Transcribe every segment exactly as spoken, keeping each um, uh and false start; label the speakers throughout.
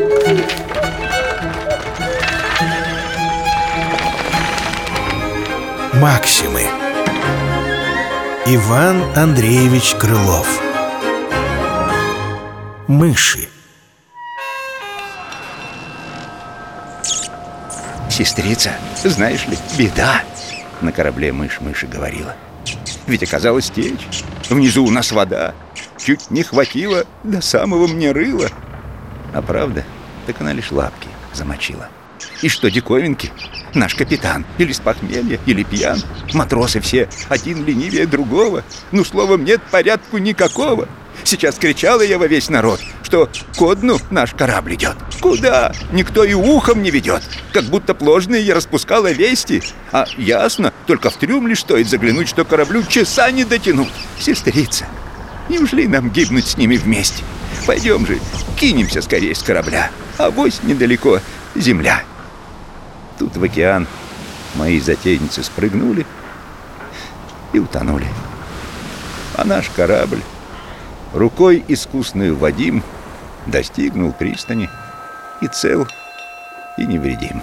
Speaker 1: Максимы. Иван Андреевич Крылов. Мыши.
Speaker 2: Сестрица, знаешь ли, беда. На корабле мышь мыши говорила. Ведь оказалась течь. Внизу у нас вода. Чуть не хватило до самого мне рыла. А правда, так она лишь лапки замочила. И что диковинки? Наш капитан или с похмелья, или пьян. Матросы все, один ленивее другого. Ну, словом, нет порядку никакого. Сейчас кричала я во весь народ, что ко дну наш корабль идет. Куда? Никто и ухом не ведет. Как будто пложные я распускала вести. А ясно, только в трюм лишь стоит заглянуть, что кораблю часа не дотянут. Сестрица, неужели нам гибнуть с ними вместе? Пойдем же, кинемся скорее с корабля. Авось недалеко земля. Тут в океан мои затейницы спрыгнули и утонули. А наш корабль рукой искусную Вадим достигнул пристани и цел, и невредим.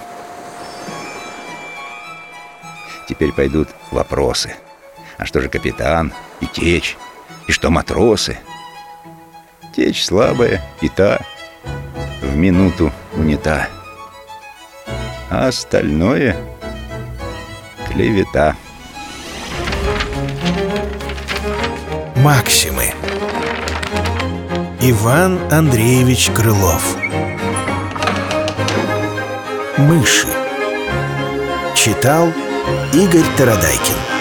Speaker 2: Теперь пойдут вопросы. А что же капитан и течь? И что матросы? Течь слабая и та в минуту унята, а остальное — клевета.
Speaker 1: Максимы. Иван Андреевич Крылов. Мыши. Читал Игорь Тарадайкин.